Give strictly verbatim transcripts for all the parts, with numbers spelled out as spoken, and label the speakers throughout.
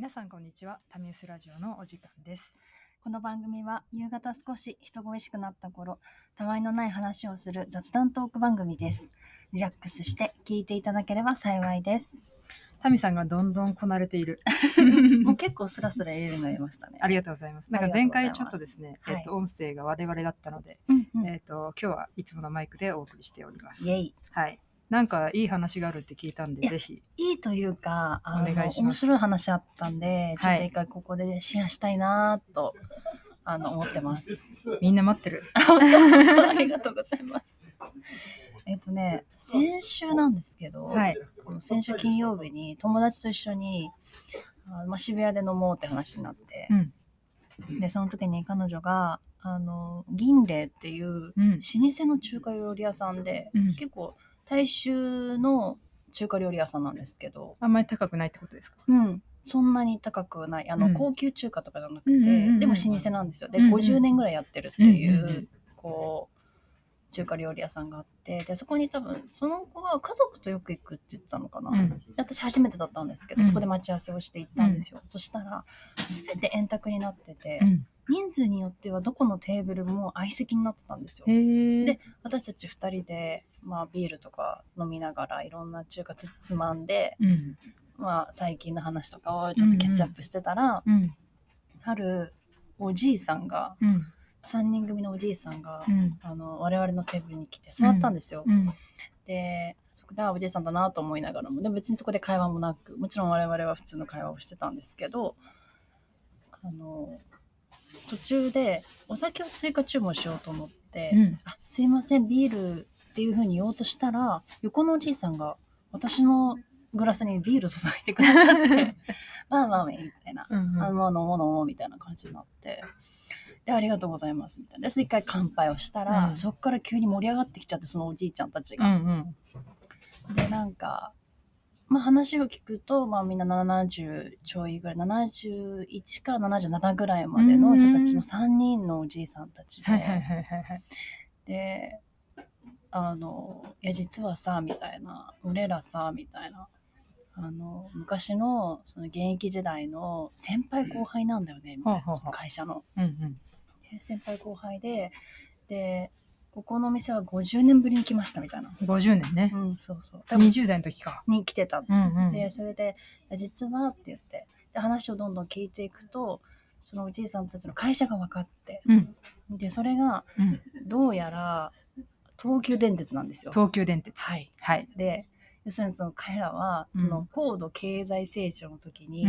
Speaker 1: 皆さんこんにちは。タミウスラジオのお時間です。
Speaker 2: この番組は夕方少し人恋しくなった頃、たわいのない話をする雑談トーク番組です。リラックスして聞いていただければ幸いです。
Speaker 1: タミさんがどんどんこなれている。
Speaker 2: もう結構スラスラ言えるようになりましたね。
Speaker 1: ありがとうございます。なんか前回ちょっとですね、
Speaker 2: はい、
Speaker 1: えっと音声が我々だったので、
Speaker 2: うんうん、
Speaker 1: えっと今日はいつものマイクでお送りしております。
Speaker 2: イエイ。
Speaker 1: はい。なんかいい話があるって聞いたんで、ぜひ
Speaker 2: いいというか、あの
Speaker 1: お願いします。
Speaker 2: 面白い話あったんで、ちょっと
Speaker 1: はい
Speaker 2: 一回ここでシェアしたいなと、あの思ってます。
Speaker 1: みんな待ってる。
Speaker 2: ありがとうございます。えっとね、先週なんですけど、
Speaker 1: はい、
Speaker 2: 先週金曜日に友達と一緒にあ、まあ、渋谷で飲もうって話になって、
Speaker 1: うん、
Speaker 2: でその時に彼女があの銀霊っていう老舗の中華料理屋さんで、うん、結構大衆の中華料理屋さんなんですけど、
Speaker 1: あんまり高くないってことですか？
Speaker 2: うん、そんなに高くない、あの、うん、高級中華とかじゃなくて、うんうんうんうん、でも老舗なんですよ。で、うんうん、ごじゅうねんぐらいやってるっていう、うんうんうん、こう中華料理屋さんがあって、でそこに多分その子は家族とよく行くって言ったのかな、うん、私初めてだったんですけど、うん、そこで待ち合わせをして行ったんですよ、うん、そしたら全て円卓になってて、うん、人数によってはどこのテーブルも相席になってたんですよ。で私たちふたりで、まあ、ビールとか飲みながらいろんな中華つつまんで、うんまあ、最近の話とかをちょっとキャッチアップしてたら、うんうん、あるおじいさんが、うんさんにん組のおじいさんが、うん、あの我々のテーブルに来て座ったんですよ、うん、でそこでおじいさんだなと思いながらも、でも別にそこで会話もなく、もちろん我々は普通の会話をしてたんですけど、あの途中でお酒を追加注文しようと思って、うん、あすいませんビールっていう風に言おうとしたら、横のおじいさんが私のグラスにビール注いでくださってまあまあみたいな、うんうん、あの飲もう飲もうみたいな感じになって、でありがとうございますみたいな。でそれ一回乾杯をしたら、うん、そこから急に盛り上がってきちゃって、そのおじいちゃんたちが、うんうん、でなんか、まあ、話を聞くと、まあ、みんなななじゅうちょいぐらい、ななじゅういちからななじゅうななぐらいまでの人たちのさんにんのおじいさんたちで、はいはいはいはい、であのいや実はさみたいな、俺らさみたいな、あの昔 の, その現役時代の先輩後輩なんだよねみたいな、その会社の、うんうん、で先輩後輩で、でここのお店はごじゅうねんぶりに来ましたみたいな。
Speaker 1: ごじゅうねんね、
Speaker 2: うん、そうそう、
Speaker 1: 多分にじゅう代の時か
Speaker 2: に来てた、うんうん、でそれで実はって言って、で話をどんどん聞いていくと、そのおじいさんたちの会社が分かって、うん、でそれがどうやら東急電鉄なんですよ。
Speaker 1: 東急電鉄、
Speaker 2: はい、
Speaker 1: はい、
Speaker 2: で要するにその彼らはその高度経済成長の時に、うん、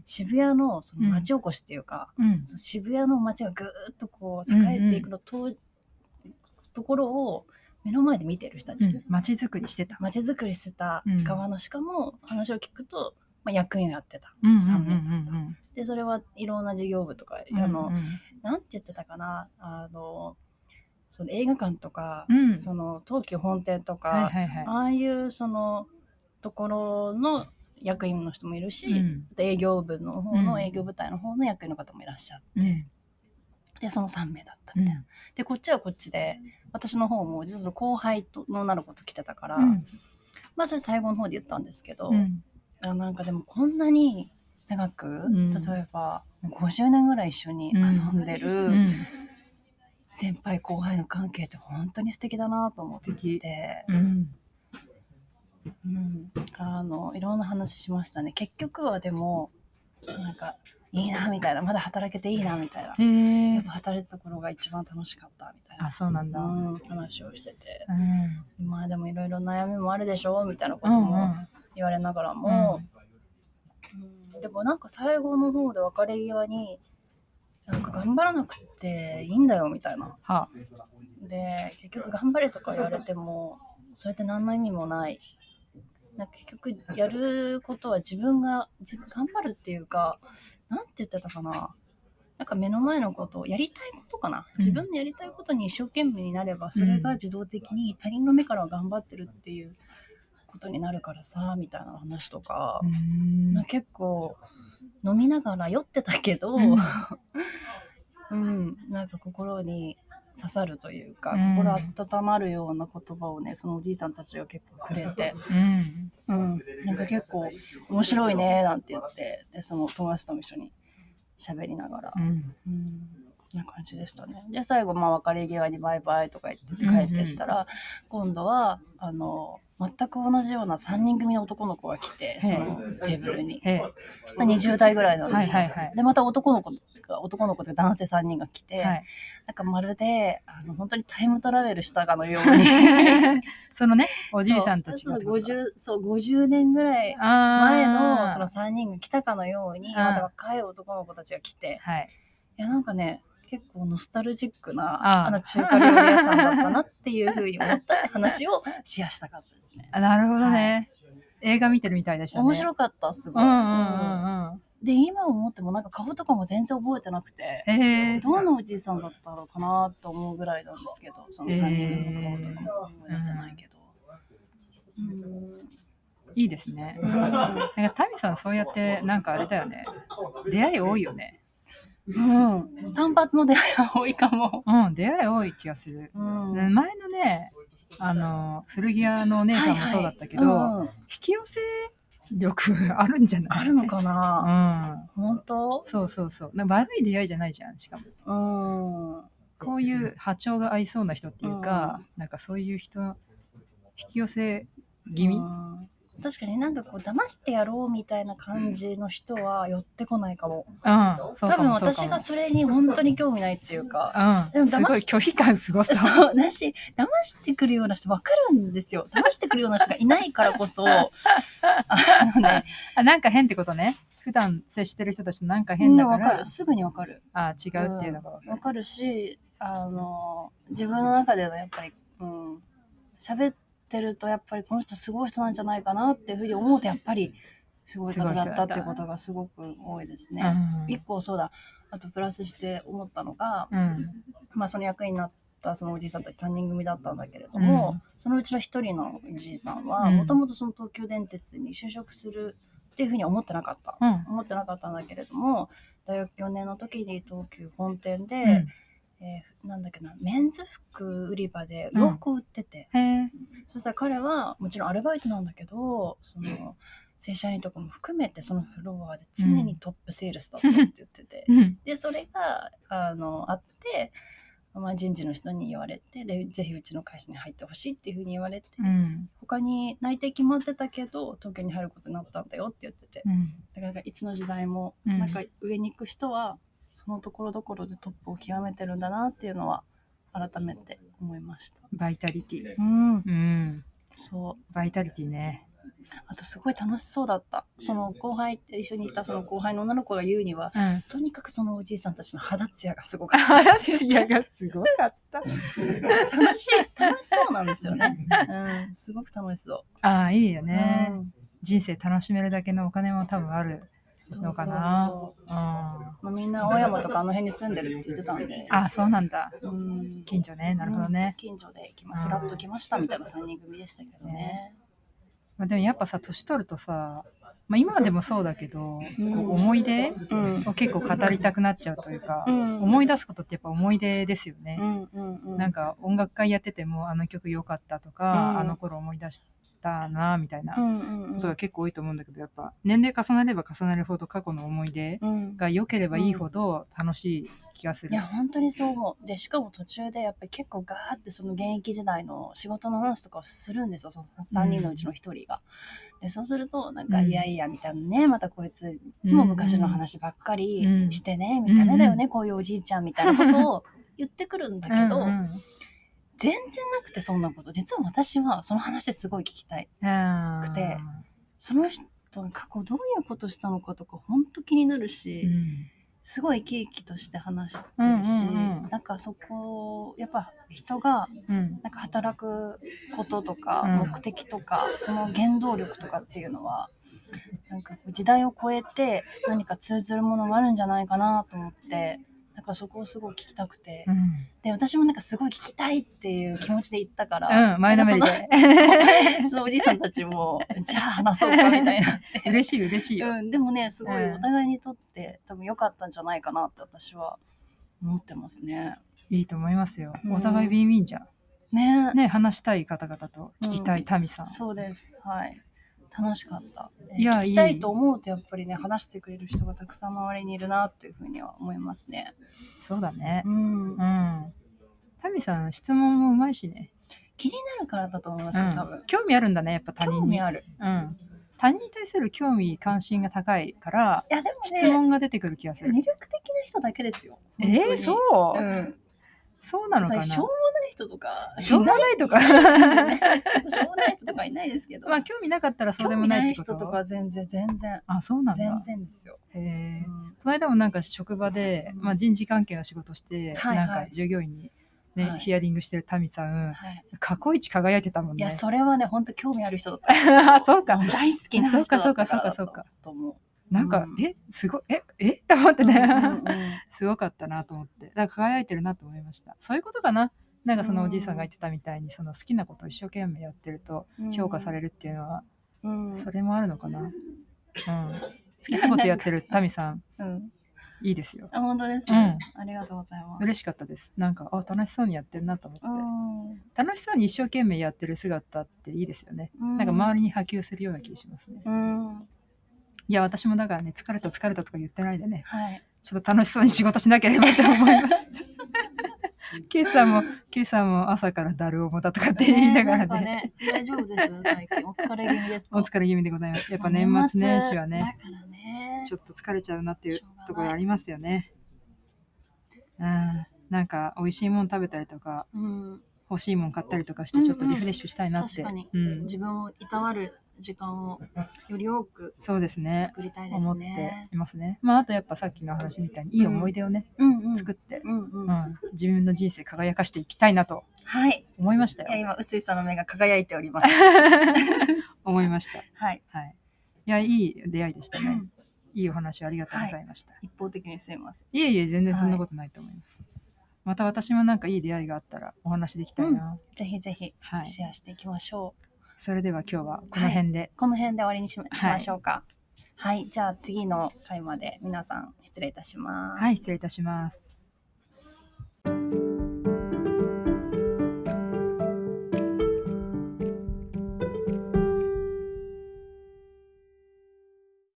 Speaker 2: 渋谷のその町おこしっていうか、うん、その渋谷の町がぐーっとこう栄えていくのと、うんうん、ところを目の前で見てる人たち、うん、
Speaker 1: 町づくりしてた
Speaker 2: 町づくりしてた側の、しかも話を聞くと、まあ、役員をやってた、うんうんうんうん、さんねんだった。でそれはいろんな事業部とか、うんうん、あのなんて言ってたかな、あのその映画館とか、うん、その東急本店とか、はいはいはい、ああいうそのところの役員の人もいるし、うん、営業部の方の、うん、営業部隊の方の役員の方もいらっしゃって、うん、でそのさん名だったみたいな、うん、でこっちはこっちで私の方も実は後輩の女の子と来てたから、うん、まあそれ最後の方で言ったんですけど、うん、あなんかでもこんなに長く、うん、例えばごじゅうねんぐらい一緒に遊んでる、うんうん先輩後輩の関係って本当に素敵だなと思って、うんうん、あのいろんな話しましたね。結局はでもなんかいいなみたいな、まだ働けていいなみたいな、やっぱ働いたところが一番楽しかったみたいな、
Speaker 1: あそうなんだ、
Speaker 2: うん、話をしてて、うん、まあでもいろいろ悩みもあるでしょみたいなことも言われながらも、うんうんうん、でもなんか最後の方で別れ際になんか頑張らなくていいんだよみたいな、はあ、で結局頑張れとか言われてもそれって何の意味もない、なんか結局やることは自分が自分頑張るっていうか、なんて言ってたかな、なんか目の前のことをやりたいことかな、自分のやりたいことに一生懸命になれば、それが自動的に他人の目からは頑張ってるっていうことになるからさみたいな話とか、うんなんか結構飲みながら酔ってたけど、うんうん、なんか心に刺さるというか、
Speaker 1: うん
Speaker 2: 心温まるような言葉をねそのおじいさんたちが結構くれて、
Speaker 1: うん
Speaker 2: うん、なんか結構面白いねなんて言って、でその友達とも一緒に喋りながら、
Speaker 1: うん
Speaker 2: うんそんな感じでしたね。で最後まあ別れ際にバイバイとか言って帰ってったら、うんうん、今度はあの全く同じようなさんにん組の男の子が来て、そのテーブルに、まあ、にじゅう代ぐらいなんですよ、はいはいはい、でまた男の子が男の子で男性さんにんが来て、はい、なんかまるであの本当にタイムトラベルしたかのように
Speaker 1: そのねおじいさんたちが
Speaker 2: そうごじゅう、そうごじゅうねんぐらい前のそのさんにんが来たかのようにまた若い男の子たちが来て、はい、いやなんかね結構ノスタルジックな あ, あの中華料理屋さんだったなっていうふうに思ったって話をシェアしたかったですね。
Speaker 1: あなるほどね、はい、映画見てるみたいでしたね。
Speaker 2: 面白かったすごい、うんうんうんうん、で今思ってもなんか顔とかも全然覚えてなくて、えー、どのおじいさんだったのかなと思うぐらいなんですけど、そのさんにんの顔とかも思い出せないけど、えーうん、
Speaker 1: いいですね。なんかタミさんそうやってなんかあれだよね、出会い多いよね。
Speaker 2: うん、単発の出会いが多いかも。
Speaker 1: うん、出会い多い気がする。うん、前のね、あの古着屋のお姉さんもそうだったけど、はいはいうん、引き寄せ力あるんじゃない？
Speaker 2: あるのかな。うん、本当？
Speaker 1: そうそうそう。なんか悪い出会いじゃないじゃん、しかも。うん、こういう波長が合いそうな人っていうか、うん、なんかそういう人引き寄せ気味。うん
Speaker 2: 確かになんかこう騙してやろうみたいな感じの人は寄ってこないかも、うん、
Speaker 1: そうかも
Speaker 2: 多分私がそれに本当に興味ないっていうか、
Speaker 1: うん、でもすごい拒否感すごそう
Speaker 2: そうだし騙してくるような人分かるんですよ。騙してくるような人がいないからこそあ
Speaker 1: の、ね、あなんか変ってことね。普段接してる人たちとなんか変だから、
Speaker 2: うん、分かるすぐに分かる。
Speaker 1: あ違うっていうのが分かる、
Speaker 2: うん、分かるしあの自分の中でのやっぱりうん喋っててるとやっぱりこの人すごい人なんじゃないかなっていうふうに思うとやっぱりすごい方だったっていうことがすごく多いですね。うん、一個そうだあとプラスして思ったのが、うん、まあその役員になったそのおじいさんたちさんにん組だったんだけれども、うん、そのうちの一人のおじいさんはもともとその東急電鉄に就職するっていうふうに思ってなかった、うん、思ってなかったんだけれども大学よねんの時に東急本店で、うんえー、なんだっけなメンズ服売り場で洋服を売ってて、うん、そしたら彼はもちろんアルバイトなんだけどその正社員とかも含めてそのフロアで常にトップセールスだったって言ってて、うん、でそれが あのあって、まあ、人事の人に言われてでぜひうちの会社に入ってほしいっていうふうに言われて、うん、他に内定決まってたけど東京に入ることになったんだよって言ってて、うん、だからいつの時代もなんか上に行く人はそのところどころでトップを極めてるんだなっていうのは改めて思いました。
Speaker 1: バイタリティ、
Speaker 2: うんうん、そう
Speaker 1: バイタリティね。
Speaker 2: あとすごい楽しそうだった。その後輩って一緒にいたその後輩の女の子が言うには、うん、とにかくそのおじいさんたちの肌ツヤがすごかった。
Speaker 1: 肌ツヤがすごかった
Speaker 2: 楽しい楽しそうなんですよね、うん、すごく楽しそう。
Speaker 1: ああいいよね、うん、人生楽しめるだけのお金も多分あるのかな。
Speaker 2: そうそうそう、うんまあ、みんな青山とかあの辺に住んでるって言ってたんで。
Speaker 1: あそうなんだ、うん、近所ね。なるほどね、
Speaker 2: うん、近所でフラッと来ましたみたいなさんにん組でしたけどね、
Speaker 1: まあ、でもやっぱさ年取るとさ、まあ、今でもそうだけど、うん、こう思い出を結構語りたくなっちゃうというか、うん、思い出すことってやっぱ思い出ですよね、うんうんうん、なんか音楽会やっててもあの曲良かったとか、うん、あの頃思い出したなみたいなことが結構多いと思うんだけど、やっぱ年齢重ねれば重ねるほど過去の思い出が良ければいいほど楽しい気がする、
Speaker 2: うん、いや本当にそう思う。でしかも途中でやっぱり結構ガーってその現役時代の仕事の話とかをするんですよ、そのさんにんのうちのひとりが、うん、でそうするとなんか、うん、いやいやみたいなね、またこいついつも昔の話ばっかりしてね、うん、ダメだよね、うん、こういうおじいちゃんみたいなことを言ってくるんだけどうん、うん全然なくて、そんなこと。実は私はその話すごい聞きたいくて、その人が過去どういうことしたのかとか本当気になるし、うん、すごい生き生きとして話してるし、うんうんうん、なんかそこやっぱ人がなんか働くこととか目的とか、うん、その原動力とかっていうのはなんか時代を超えて何か通ずるものがあるんじゃないかなと思って。なんかそこをすごい聞きたくて、うん、で私もなんかすごい聞きたいっていう気持ちで言ったから、
Speaker 1: うん、前のめりで
Speaker 2: そのおじいさんたちもじゃあ話そうかみたいになって
Speaker 1: 嬉しい嬉しいよ、
Speaker 2: うん、でもねすごいお互いにとって多分良かったんじゃないかなって私は思ってますね。
Speaker 1: いいと思いますよ。
Speaker 2: うん
Speaker 1: お互いウィンウィンじゃん。
Speaker 2: ね
Speaker 1: ね、話したい方々と聞きたい、タミさん。
Speaker 2: そうです。はい。楽しかった。
Speaker 1: いや、
Speaker 2: 聞きたいと思うとやっぱりね、話してくれる人がたくさん周りにいるなというふうには思いますね。
Speaker 1: そうだね。
Speaker 2: うん。
Speaker 1: うん。タミさん、質問もうまいしね。
Speaker 2: 気になるからだと思いますよ、
Speaker 1: うん、
Speaker 2: 多分。
Speaker 1: 興味あるんだね、やっぱ他人に。
Speaker 2: 興味ある。
Speaker 1: うん。他人に対する興味関心が高いから、
Speaker 2: いやでもね、
Speaker 1: 質問が出てくる気がする。
Speaker 2: 魅力的な人だけですよ。
Speaker 1: えー、そう、うん、そうなのかな。
Speaker 2: しょうもない人とか
Speaker 1: しょうもないとか
Speaker 2: しょうもない人とかいないですけど、
Speaker 1: まあ興味なかったらそうでもないってこと。
Speaker 2: 興味ない人とか全然全然。
Speaker 1: あ、そうなんだ。
Speaker 2: 全然ですよ。
Speaker 1: へえ、うん。この間もなんか職場で、まあ、人事関係の仕事して、うん、なんか従業員にね、はい、ヒアリングしてるタミさん、はい、過去一輝いてたもんね。
Speaker 2: いやそれはね本当興味ある人だった
Speaker 1: あ、そうか。
Speaker 2: 大好きな人だったから
Speaker 1: そうかそうかそうか
Speaker 2: と思う。
Speaker 1: なんか、うん、えすごいええと思ってね、うんうんうん、すごかったなと思って、だから輝いてるなと思いました。そういうことかな。なんかそのおじいさんが言ってたみたいに、その好きなことを一生懸命やってると評価されるっていうのは、うん、それもあるのかな。うん、好きなことやってるタミさん、うん、いいですよ。
Speaker 2: あ、本当です、ね、うん、ありがとうございます。
Speaker 1: 嬉しかったです。なんかあ楽しそうにやってるなと思って、うん、楽しそうに一生懸命やってる姿っていいですよね、うん、なんか周りに波及するような気がしますね、うん、いや私もだからね疲れた疲れたとか言ってないでね、はい、ちょっと楽しそうに仕事しなければと思いましたケイさんもケイさんも朝からだるをもたとかって言いながら ね,
Speaker 2: ね大丈夫です最近お疲れ気味ですか。
Speaker 1: お疲れ気味でございます。やっぱ年末年始はね、だからねちょっと疲れちゃうなっていうところありますよね。うん、なんか美味しいもの食べたりとか、うん、欲しいもの買ったりとかしてちょっとリフレッシュしたいなって、
Speaker 2: うんうん、確かに、うん、自分をいたわる時間をより多く作りたいですね。
Speaker 1: 思っていますね。まああとやっぱさっきの話みたいにいい思い出をね、うんうん、作って、うんうんうん、自分の人生輝かしていきたいなと思いましたよ。
Speaker 2: はい、いや今臼井さんの目が輝いております
Speaker 1: 思いました。
Speaker 2: はい、
Speaker 1: はい、いやいい出会いでしたね。いいお話ありがとうございました。
Speaker 2: はい、一方的にすいません。
Speaker 1: いえいえ全然そんなことないと思います。はい、また私もなんかいい出会いがあったらお話できたいな。
Speaker 2: うん、ぜひぜひシェアしていきましょう。
Speaker 1: それでは今日はこの辺で、はい、
Speaker 2: この辺で終わりに し, しましょうか。はい、はい、じゃあ次の回まで皆さん失礼いたします。
Speaker 1: はい、失礼いたします。